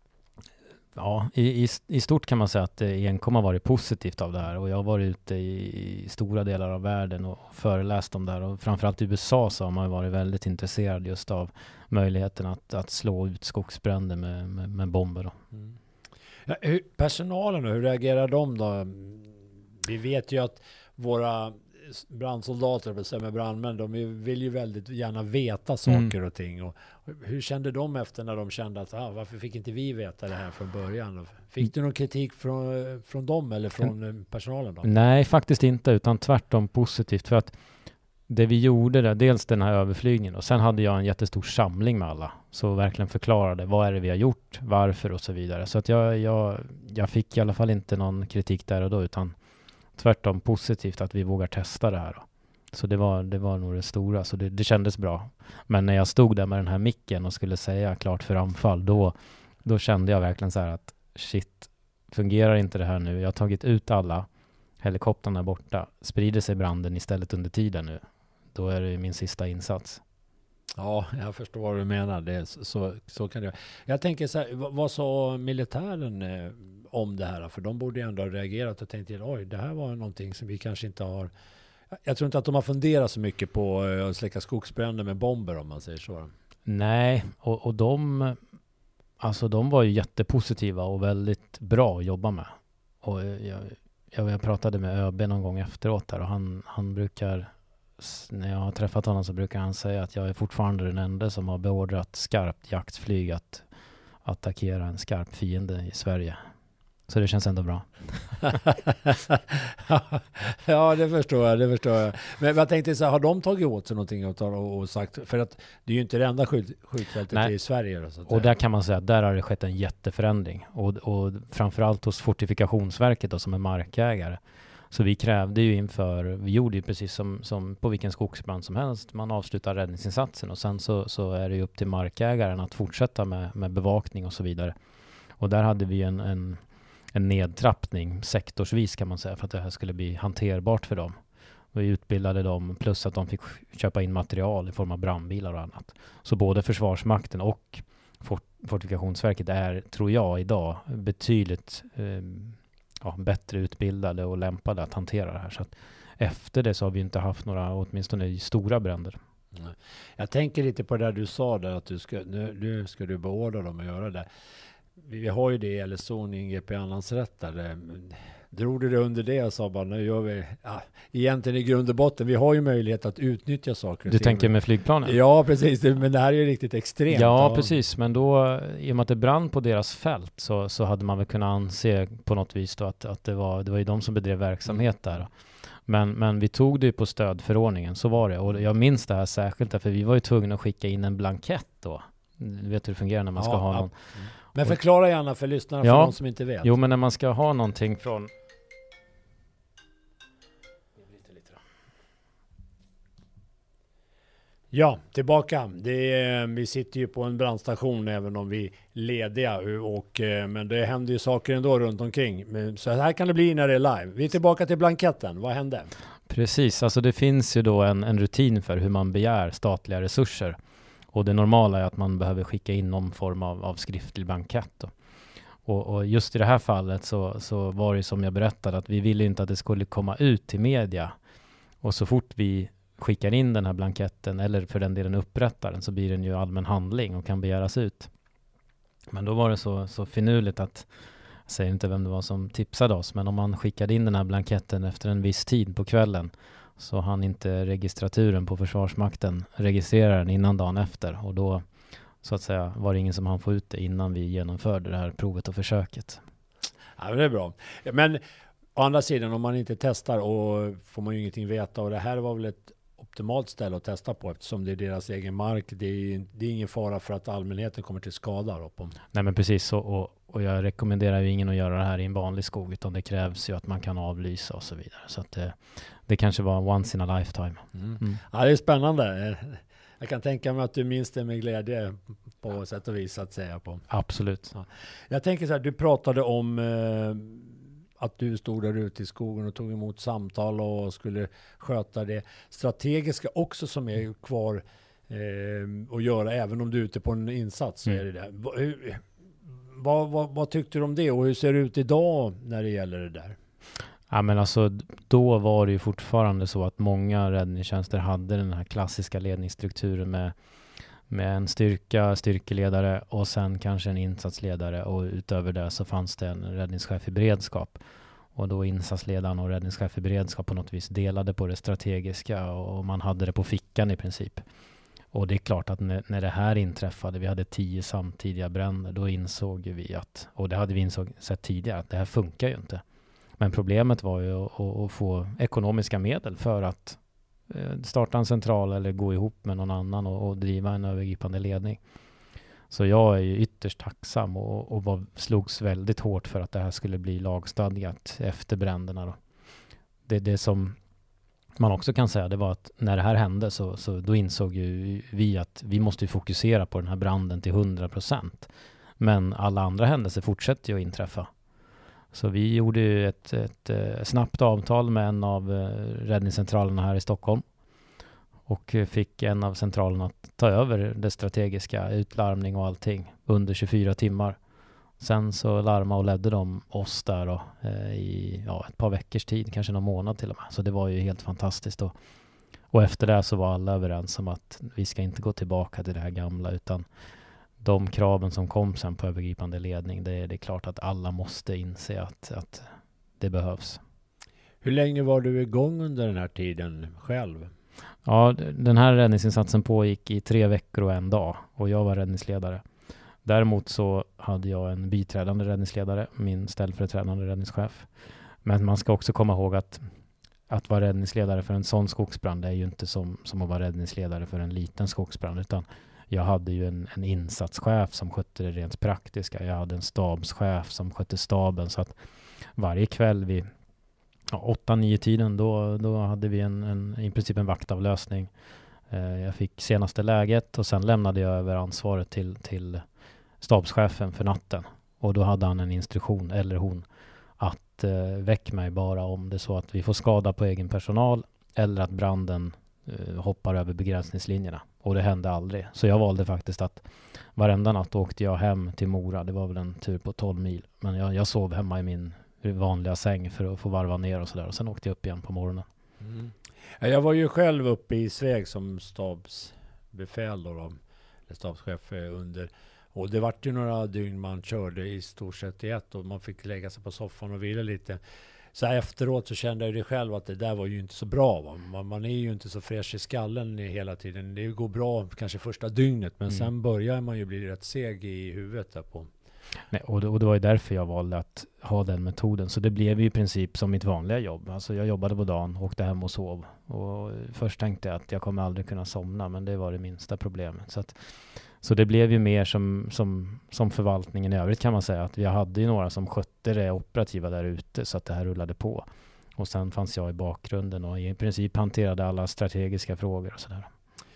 i stort kan man säga att det enkom har varit positivt av det här. Och jag har varit ute i stora delar av världen och föreläst om det här. Och framförallt i USA så har man varit väldigt intresserad just av möjligheten att slå ut skogsbränder med bomber. Då. Ja, personalen, hur reagerar de då? Vi vet ju att våra brandsoldater, bestämmer brandmän, de vill ju väldigt gärna veta saker och ting. Och hur kände de efter när de kände att varför fick inte vi veta det här från början? Fick du någon kritik från dem eller från personalen då? Nej, faktiskt inte, utan tvärtom positivt. För att det vi gjorde där, dels den här överflygningen och sen hade jag en jättestor samling med alla. Så verkligen förklarade vad är det vi har gjort, varför och så vidare. Så att jag fick i alla fall inte någon kritik där och då, utan tvärtom positivt att vi vågar testa det här. Då. Så det var nog det stora. Så det kändes bra. Men när jag stod där med den här micken och skulle säga klart för anfall, då kände jag verkligen så här att shit, fungerar inte det här nu? Jag har tagit ut alla, helikoptrarna borta. Sprider sig branden istället under tiden nu? Då är det min sista insats. Ja, jag förstår vad du menar. Det är så kan det. Jag tänker så här, vad sa militären om det här? För de borde ju ändå ha reagerat och tänkt till, det här var någonting som vi kanske inte har. Jag tror inte att de har funderat så mycket på att släcka skogsbränder med bomber, om man säger så. Nej, och de var ju jättepositiva och väldigt bra att jobba med. Och jag pratade med ÖB någon gång efteråt där, och han brukar, när jag har träffat honom så brukar han säga att jag är fortfarande den enda som har beordrat skarpt jaktflyg att attackera en skarp fiende i Sverige. Så det känns ändå bra. Ja, det förstår jag. Men jag tänkte så här, har de tagit åt sig någonting och sagt, för att det är ju inte det enda skjutfältet i Sverige. Då, så och där kan man säga att där har det skett en jätteförändring. Och framförallt hos Fortifikationsverket då, som är markägare. Så vi krävde ju vi gjorde ju precis som på vilken skogsbrand som helst. Man avslutar räddningsinsatsen och sen så är det ju upp till markägaren att fortsätta med bevakning och så vidare. Och där hade vi en nedtrappning sektorsvis kan man säga, för att det här skulle bli hanterbart för dem. Vi utbildade dem, plus att de fick köpa in material i form av brandbilar och annat. Så både Försvarsmakten och Fortifikationsverket är, tror jag, idag betydligt bättre utbildade och lämpade att hantera det här. Så att efter det så har vi inte haft några, åtminstone stora bränder. Jag tänker lite på det där du sa där, att nu ska du beordra dem att göra det. Vi har ju det i LSO, GP Anlandsrätt där. Drog du det under det och sa bara, nu gör vi, egentligen i grund och botten, vi har ju möjlighet att utnyttja saker. Du tänker med flygplanen? Ja, precis. Men det här är ju riktigt extremt. Ja, precis. Men då, i och med att det brann på deras fält, så hade man väl kunnat anse på något vis då att det var ju de som bedrev verksamhet där. Men vi tog det ju på stödförordningen, så var det. Och jag minns det här särskilt, för vi var ju tvungna att skicka in en blankett då. Du vet hur det fungerar när man ska ha någon. Men förklara gärna för lyssnarna, för de som inte vet. Jo, men när man ska ha någonting från... Ja, tillbaka. Vi sitter ju på en brandstation även om vi är lediga. Men det händer ju saker ändå runt omkring. Så här kan det bli när det är live. Vi är tillbaka till blanketten. Vad hände? Precis, alltså det finns ju då en rutin för hur man begär statliga resurser. Och det normala är att man behöver skicka in någon form av skriftlig blankett då. Och just i det här fallet så var det som jag berättade att vi ville inte att det skulle komma ut till media. Och så fort vi skickar in den här blanketten eller för den delen upprättar den så blir den ju allmän handling och kan begäras ut. Men då var det så finurligt att, jag säger inte vem det var som tipsade oss, men om man skickade in den här blanketten efter en viss tid på kvällen så hann inte registraturen på Försvarsmakten registrera den innan dagen efter. Och då så att säga var det ingen som hann få ut det innan vi genomförde det här provet och försöket. Ja, men det är bra. Men å andra sidan, om man inte testar och får man ju ingenting veta. Och det här var väl ett optimalt ställe att testa på eftersom det är deras egen mark. Det är ingen fara för att allmänheten kommer till skada. Då. Nej men precis så, och jag rekommenderar ju ingen att göra det här i en vanlig skog utan det krävs ju att man kan avlysa och så vidare. Så att det kanske var once in a lifetime. Ja, det är spännande. Jag kan tänka mig att du minns det med glädje på sätt och vis att säga på. Absolut. Ja. Jag tänker så här, du pratade om att du stod där ute i skogen och tog emot samtal och skulle sköta det strategiska också som är kvar att göra även om du är ute på en insats. Så är det där. Vad tyckte du om det och hur ser det ut idag när det gäller det där? Ja men alltså då var det ju fortfarande så att många räddningstjänster hade den här klassiska ledningsstrukturen med en styrkeledare och sen kanske en insatsledare och utöver det så fanns det en räddningschef i beredskap. Och då insatsledaren och räddningschef i beredskap på något vis delade på det strategiska och man hade det på fickan i princip. Och det är klart att när det här inträffade, vi hade 10 samtidiga bränder, då insåg vi att, och det hade vi sett tidigare, att det här funkar ju inte. Men problemet var ju att få ekonomiska medel för att starta en central eller gå ihop med någon annan och driva en övergripande ledning. Så jag är ju ytterst tacksam och slogs väldigt hårt för att det här skulle bli lagstadgat efter bränderna. Då. Det som man också kan säga det var att när det här hände så då insåg ju vi att vi måste fokusera på den här branden till 100%. Men alla andra händelser fortsätter ju att inträffa. Så vi gjorde ju ett snabbt avtal med en av räddningscentralerna här i Stockholm och fick en av centralerna att ta över det strategiska, utlarmning och allting under 24 timmar. Sen så larmade och ledde de oss där då, i ett par veckors tid, kanske någon månad till och med. Så det var ju helt fantastiskt. Och efter det så var alla överens om att vi ska inte gå tillbaka till det här gamla utan de kraven som kom sen på övergripande ledning, det är klart att alla måste inse att det behövs. Hur länge var du igång under den här tiden själv? Ja, den här räddningsinsatsen pågick i 3 veckor och 1 dag och jag var räddningsledare. Däremot så hade jag en biträdande räddningsledare, min ställföreträdande räddningschef. Men man ska också komma ihåg att vara räddningsledare för en sån skogsbrand är ju inte som att vara räddningsledare för en liten skogsbrand utan jag hade ju en insatschef som skötte det rent praktiska. Jag hade en stabschef som skötte staben så att varje kväll vid 8-9 tiden då hade vi i princip en vaktavlösning. Jag fick senaste läget och sen lämnade jag över ansvaret till stabschefen för natten. Och då hade han en instruktion, eller hon, att väck mig bara om det så att vi får skada på egen personal eller att branden hoppar över begränsningslinjerna. Och det hände aldrig. Så jag valde faktiskt att varenda natt åkte jag hem till Mora. Det var väl en tur på 12 mil. Men jag sov hemma i min vanliga säng för att få varva ner och sådär. Och sen åkte jag upp igen på morgonen. Mm. Jag var ju själv uppe i Sveg som stabsbefäl då, eller stabschef under. Och det var ju några dygn man körde i stort sett i ett och man fick lägga sig på soffan och vila lite. Så efteråt så kände jag det själv att det där var ju inte så bra. Va? Man är ju inte så fräsch i skallen hela tiden. Det går bra kanske första dygnet men sen börjar man ju bli rätt seg i huvudet där på. Nej, och det var ju därför jag valde att ha den metoden. Så det blev ju i princip som mitt vanliga jobb. Alltså jag jobbade på dagen, åkte hem och sov. Och först tänkte jag att jag kommer aldrig kunna somna, men det var det minsta problemet. Så det blev ju mer som förvaltningen i övrigt kan man säga. Att vi hade ju några som skötte det operativa där ute så att det här rullade på. Och sen fanns jag i bakgrunden och i princip hanterade alla strategiska frågor och sådär.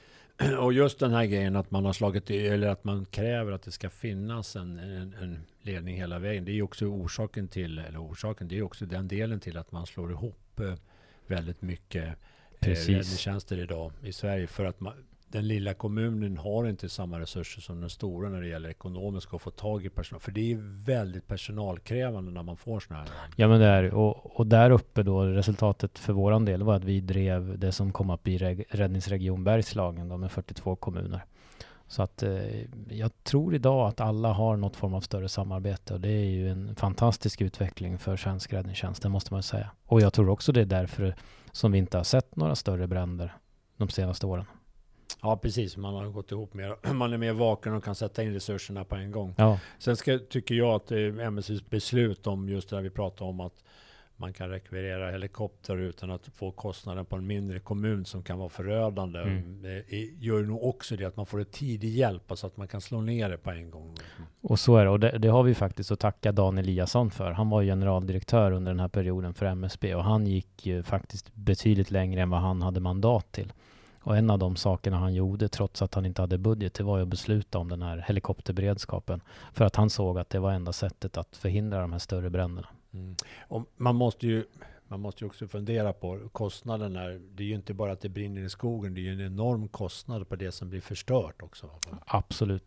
Och just den här grejen att man har slagit eller att man kräver att det ska finnas en ledning hela vägen. Det är ju också orsaken, det är också den delen till att man slår ihop väldigt mycket räddningstjänster idag i Sverige, för att den lilla kommunen har inte samma resurser som den stora när det gäller ekonomiskt att få tag i personal. För det är väldigt personalkrävande när man får såna här. Ja, men det är och där uppe då, resultatet för våran del var att vi drev det som kom upp i Räddningsregion Bergslagen då, med 42 kommuner. Så att jag tror idag att alla har något form av större samarbete, och det är ju en fantastisk utveckling för svensk räddningstjänst, det måste man säga. Och jag tror också det är därför som vi inte har sett några större bränder de senaste åren. Ja, precis. Man har gått ihop mer. Man är mer vaken och kan sätta in resurserna på en gång. Ja. Sen tycker jag att MSBs beslut om just det vi pratar om, att man kan rekvirera helikopter utan att få kostnaden på en mindre kommun som kan vara förödande. Gör nog också det att man får ett tidig hjälp så att man kan slå ner det på en gång. Och så är det. Och det har vi faktiskt att tacka Dan Eliasson för. Han var generaldirektör under den här perioden för MSB, och han gick ju faktiskt betydligt längre än vad han hade mandat till. Och en av de sakerna han gjorde, trots att han inte hade budget, det var ju att besluta om den här helikopterberedskapen. För att han såg att det var enda sättet att förhindra de här större bränderna. Och man måste ju också fundera på kostnaden här. Det är ju inte bara att det brinner i skogen, det är ju en enorm kostnad på det som blir förstört också. Absolut.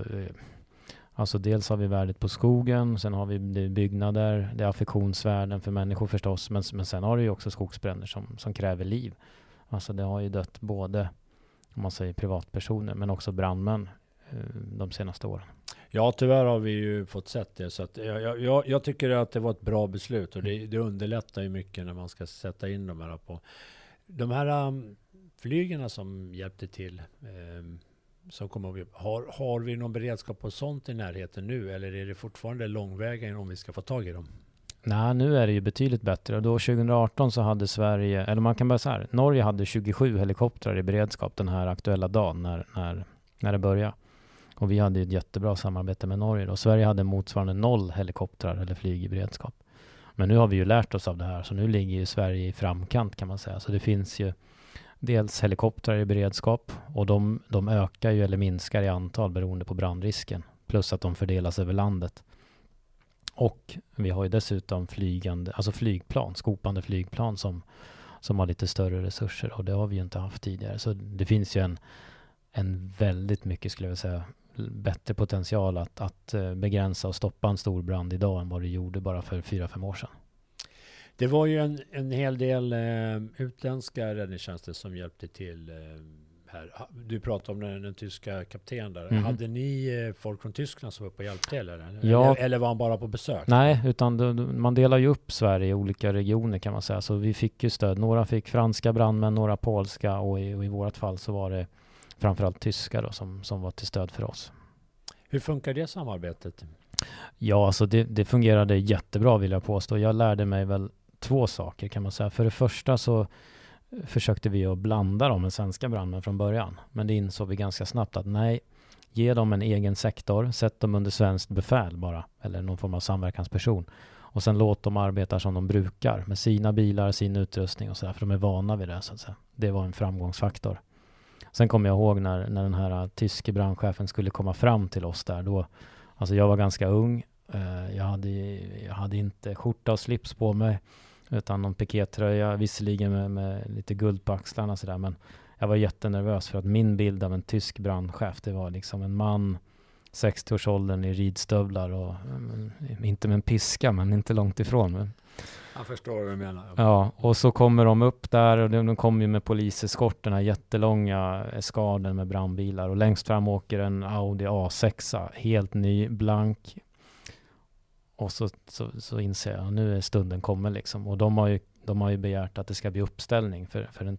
Alltså dels har vi värdet på skogen, sen har vi byggnader, det är affektionsvärden för människor förstås, men sen har det ju också skogsbränder som kräver liv. Alltså det har ju dött både, om man säger privatpersoner, men också brandmän de senaste åren. Ja, tyvärr har vi ju fått sett det. Så att jag tycker att det var ett bra beslut, och det underlättar ju mycket när man ska sätta in de här på. De här flygerna som hjälpte till, som kommer upp, har vi någon beredskap på sånt i närheten nu, eller är det fortfarande långväga om vi ska få tag i dem? Nej, nu är det ju betydligt bättre. Och då 2018 så hade Sverige, eller man kan bara säga, Norge hade 27 helikoptrar i beredskap den här aktuella dagen när det började. Och vi hade ett jättebra samarbete med Norge då. Sverige hade motsvarande 0 helikoptrar eller flyg i beredskap. Men nu har vi ju lärt oss av det här, så nu ligger ju Sverige i framkant kan man säga. Så det finns ju dels helikoptrar i beredskap, och de ökar ju eller minskar i antal beroende på brandrisken. Plus att de fördelas över landet. Och vi har ju dessutom flygplan, skopande flygplan som har lite större resurser, och det har vi ju inte haft tidigare. Så det finns ju en väldigt mycket, skulle jag säga, bättre potential att begränsa och stoppa en stor brand idag än vad det gjorde bara för 4-5 år sedan. Det var ju en hel del utländska räddningstjänster som hjälpte till här. Du pratade om den tyska kaptenen där. Mm. Hade ni folk från Tyskland som var på hjälp till eller var han bara på besök? Nej, utan man delar ju upp Sverige i olika regioner kan man säga. Så vi fick ju stöd. Några fick franska brandmän, några polska, och i vårt fall så var det framförallt tyskar då, som var till stöd för oss. Hur funkar det samarbetet? Ja, alltså det fungerade jättebra vill jag påstå. Jag lärde mig väl 2 saker kan man säga. För det första så försökte vi att blanda dem med svenska brandmän från början. Men det insåg vi ganska snabbt att nej, ge dem en egen sektor, sätt dem under svenskt befäl bara, eller någon form av samverkansperson. Och sen låt dem arbeta som de brukar, med sina bilar, sin utrustning och sådär, för de är vana vid det så att säga. Det var en framgångsfaktor. Sen kommer jag ihåg när den här tyske brandchefen skulle komma fram till oss där, då, alltså jag var ganska ung, jag hade inte skjorta och slips på mig, utan någon pikétröja, visserligen med lite guld på axlarna sådär, men jag var jättenervös för att min bild av en tysk brandchef, det var liksom en man 60-årsåldern i ridstövlar och inte med en piska, men inte långt ifrån. Men. Jag förstår vad du menar. Ja, och så kommer de upp där och de kommer ju med poliseskort, den här jättelånga eskaden med brandbilar, och längst fram åker en Audi A6, helt ny, blank. Och så inser jag, nu är stunden kommen liksom. Och de har ju begärt att det ska bli uppställning för den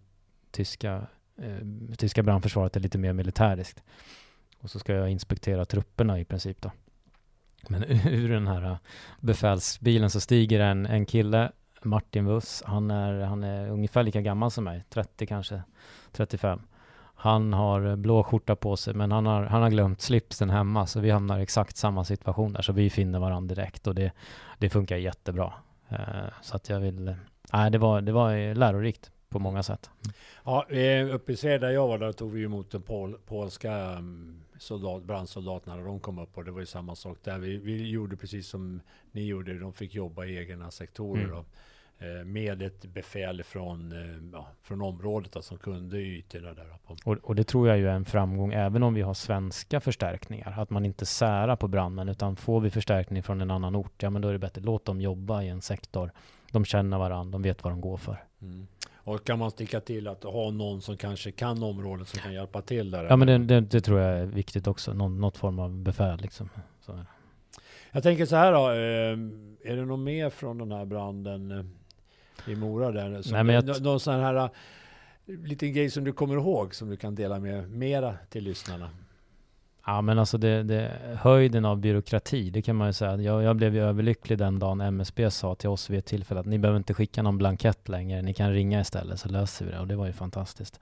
tyska brandförsvaret är lite mer militäriskt. Och så ska jag inspektera trupperna i princip då. Men ur den här befälsbilen så stiger en kille, Martin Wuss. Han är ungefär lika gammal som mig, 30 kanske, 35. Han har blå skjorta på sig, men han har glömt slipsen hemma, så vi hamnar i exakt samma situation där, så vi finner varandra direkt, och det funkar jättebra. Så att jag vill... Nej, det var lärorikt. på många sätt. Ja, uppe i Sverige där jag var, där tog vi emot de polska brandsoldaterna när de kom upp, och det var ju samma sak där. Vi gjorde precis som ni gjorde, de fick jobba i egna sektorer med ett befäl från området som kunde ytorna där. Och det tror jag ju är en framgång även om vi har svenska förstärkningar. Att man inte särar på brandmän, utan får vi förstärkning från en annan ort, ja men då är det bättre. Låt dem jobba i en sektor. De känner varandra, de vet vad de går för. Mm. Och kan man sticka till att ha någon som kanske kan området som kan hjälpa till där? Ja, men det tror jag är viktigt också. Något form av befäl liksom. Så. Jag tänker så här då, är det något mer från den här branden i Mora där? Nej, men någon sån här liten grej som du kommer ihåg som du kan dela med mera till lyssnarna? Ja, men alltså det höjden av byråkrati, det kan man ju säga. Jag blev ju överlycklig den dagen MSB sa till oss vid ett tillfälle att ni behöver inte skicka någon blankett längre, ni kan ringa istället så löser vi det, och det var ju fantastiskt.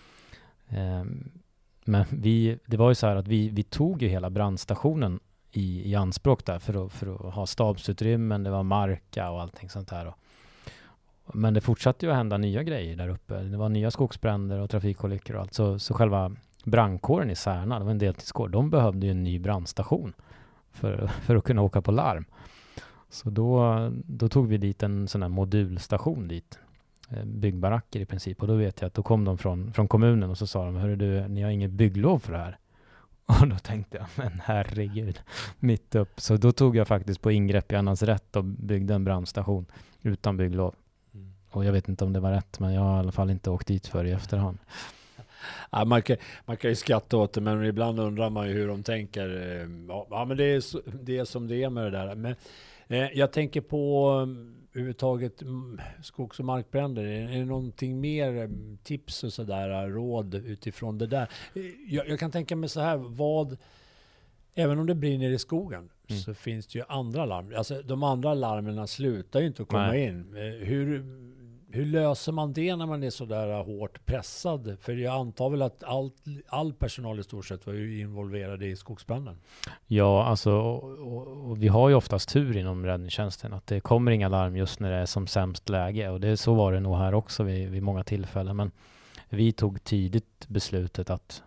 Men det var ju så här att vi tog ju hela brandstationen i anspråk där för att ha stabsutrymmen, det var marka och allting sånt här. Men det fortsatte ju att hända nya grejer där uppe. Det var nya skogsbränder och trafikolyckor och allt. Så själva brandkåren i Särna, det var en deltidskår, de behövde ju en ny brandstation för att kunna åka på larm. Så då tog vi dit en sån här modulstation dit. Byggbaracker i princip. Och då vet jag att då kom de från kommunen och så sa de, hörru du, ni har inget bygglov för det här. Och då tänkte jag, men herregud, mitt upp. Så då tog jag faktiskt på ingrepp i annans rätt och byggde en brandstation utan bygglov. Och jag vet inte om det var rätt, men jag har i alla fall inte åkt dit för i efterhand. Ja, man kan ju skratta åt det, men ibland undrar man ju hur de tänker. Ja, men det är som det är med det där. Men jag tänker på överhuvudtaget skogs- och markbränder. Är det någonting mer tips och sådär, råd utifrån det där? Jag kan tänka mig så här, även om det brinner i skogen så finns det ju andra larm. Alltså de andra larmerna slutar ju inte att komma in. Hur löser man det när man är så där hårt pressad? För jag antar väl att all personal i stort sett var ju involverad i skogsbranden. Ja, alltså och vi har ju oftast tur inom räddningstjänsten att det kommer inga larm just när det är som sämst läge. Och så var det nog här också vid många tillfällen. Men vi tog tidigt beslutet att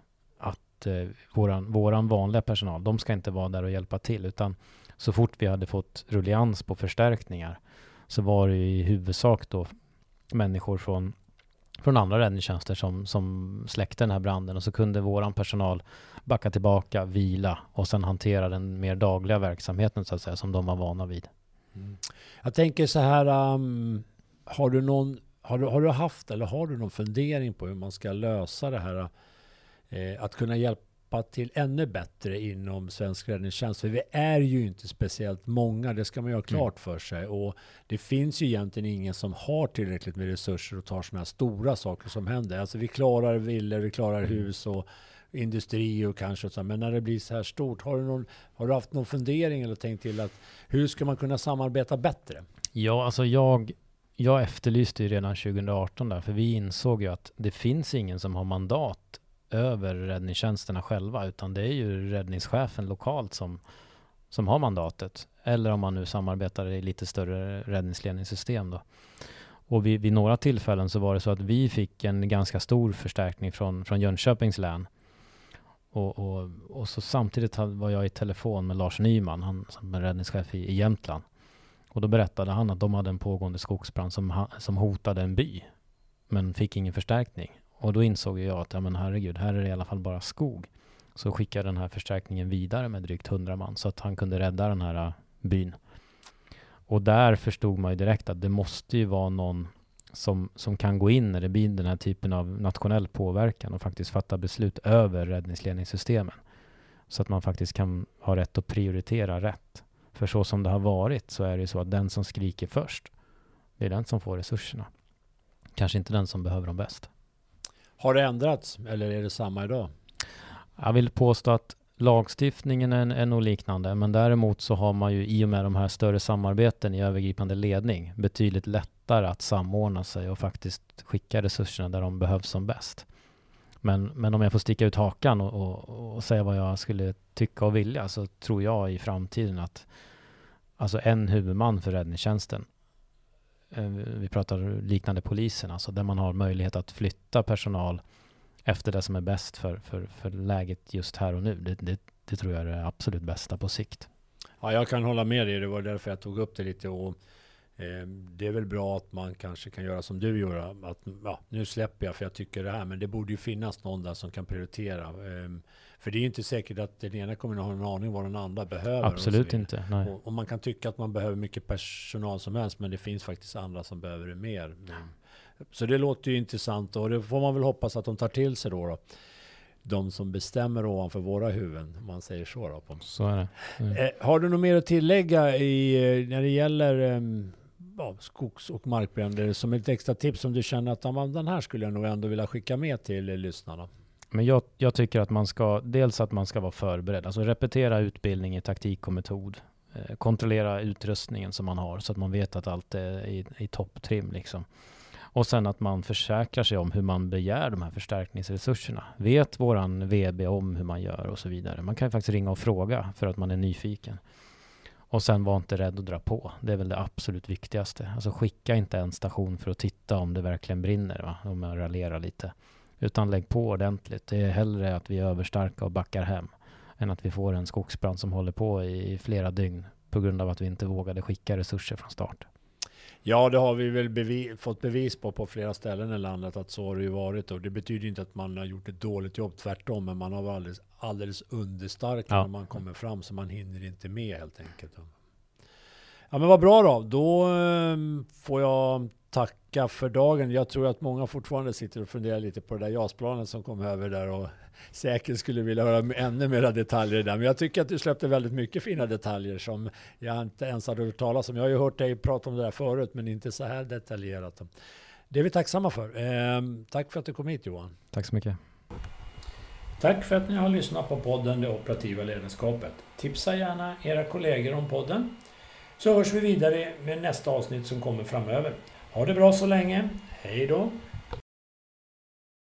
våran vanliga personal, de ska inte vara där och hjälpa till, utan så fort vi hade fått rullians på förstärkningar så var det i huvudsak då människor från andra räddningstjänster som släckte den här branden, och så kunde våran personal backa tillbaka, vila och sen hantera den mer dagliga verksamheten så att säga, som de var vana vid. Jag tänker så här, har du haft eller har du någon fundering på hur man ska lösa det här att kunna hjälpa till ännu bättre inom svensk räddningstjänst? För vi är ju inte speciellt många, det ska man ju ha klart för sig. Och det finns ju egentligen ingen som har tillräckligt med resurser och tar sådana här stora saker som händer. Alltså vi klarar villor, vi klarar hus och industri och kanske så. Men när det blir så här stort, har du haft någon fundering eller tänkt till att hur ska man kunna samarbeta bättre? Ja, alltså jag efterlyste ju redan 2018 där, för vi insåg ju att det finns ingen som har mandat över räddningstjänsterna själva, utan det är ju räddningschefen lokalt som har mandatet, eller om man nu samarbetar i lite större räddningsledningssystem då. Och vid några tillfällen så var det så att vi fick en ganska stor förstärkning från Jönköpings län, och så samtidigt var jag i telefon med Lars Nyman, han som är räddningschef i Jämtland, och då berättade han att de hade en pågående skogsbrand som hotade en by men fick ingen förstärkning. Och då insåg jag att, ja men herregud, här är det i alla fall bara skog. Så skickade den här förstärkningen vidare med drygt 100 man så att han kunde rädda den här byn. Och där förstod man ju direkt att det måste ju vara någon som kan gå in när det blir den här typen av nationell påverkan och faktiskt fatta beslut över räddningsledningssystemen. Så att man faktiskt kan ha rätt att prioritera rätt. För så som det har varit så är det så att den som skriker först, det är den som får resurserna. Kanske inte den som behöver dem bäst. Har det ändrats eller är det samma idag? Jag vill påstå att lagstiftningen är nog liknande, men däremot så har man ju i och med de här större samarbeten i övergripande ledning betydligt lättare att samordna sig och faktiskt skicka resurserna där de behövs som bäst. Men om jag får sticka ut hakan och säga vad jag skulle tycka och vilja, så tror jag i framtiden att alltså en huvudman för räddningstjänsten vi pratar liknande polisen, alltså där man har möjlighet att flytta personal efter det som är bäst för läget just här och nu. Det tror jag är det absolut bästa på sikt. Ja, jag kan hålla med dig. Det var därför jag tog upp det lite. Och det är väl bra att man kanske kan göra som du gör. Att, nu släpper jag för jag tycker det här. Men det borde ju finnas någon där som kan prioritera. För det är ju inte säkert att den ena kommer att ha en aning vad den andra behöver. Absolut inte. Nej. Och man kan tycka att man behöver mycket personal som helst. Men det finns faktiskt andra som behöver det mer. Så det låter ju intressant. Och det får man väl hoppas att de tar till sig då. De som bestämmer ovanför våra huvuden, om man säger så då. Så är det. Har du något mer att tillägga när det gäller skogs- och markbränder som ett extra tips som du känner att den här skulle jag nog ändå vilja skicka med till lyssnarna? Men jag tycker att man ska vara förberedd. Alltså repetera utbildning i taktik och metod. Kontrollera utrustningen som man har så att man vet att allt är i topptrim liksom. Och sen att man försäkrar sig om hur man begär de här förstärkningsresurserna. Vet våran VB om hur man gör och så vidare. Man kan ju faktiskt ringa och fråga för att man är nyfiken. Och sen var inte rädd att dra på. Det är väl det absolut viktigaste. Alltså skicka inte en station för att titta om det verkligen brinner. Va? Om jag raljerar lite. Utan lägg på ordentligt. Det är hellre att vi är överstarka och backar hem. Än att vi får en skogsbrand som håller på i flera dygn. På grund av att vi inte vågade skicka resurser från start. Ja, det har vi väl fått bevis på flera ställen i landet att så har det ju varit. Och det betyder inte att man har gjort ett dåligt jobb, tvärtom. Men man har varit alldeles understark när man kommer fram så man hinner inte med helt enkelt. Ja, men vad bra då. Då får jag tacka för dagen. Jag tror att många fortfarande sitter och funderar lite på det där JAS-planet som kom över där och säkert skulle vilja höra ännu mera detaljer där. Men jag tycker att du släppte väldigt mycket fina detaljer som jag inte ens hade hört talas om. Jag har ju hört dig prata om det där förut men inte så här detaljerat. Det är vi tacksamma för. Tack för att du kom hit, Johan. Tack så mycket. Tack för att ni har lyssnat på podden Det operativa ledarskapet. Tipsa gärna era kollegor om podden. Så hörs vi vidare med nästa avsnitt som kommer framöver. Ha det bra så länge. Hej då!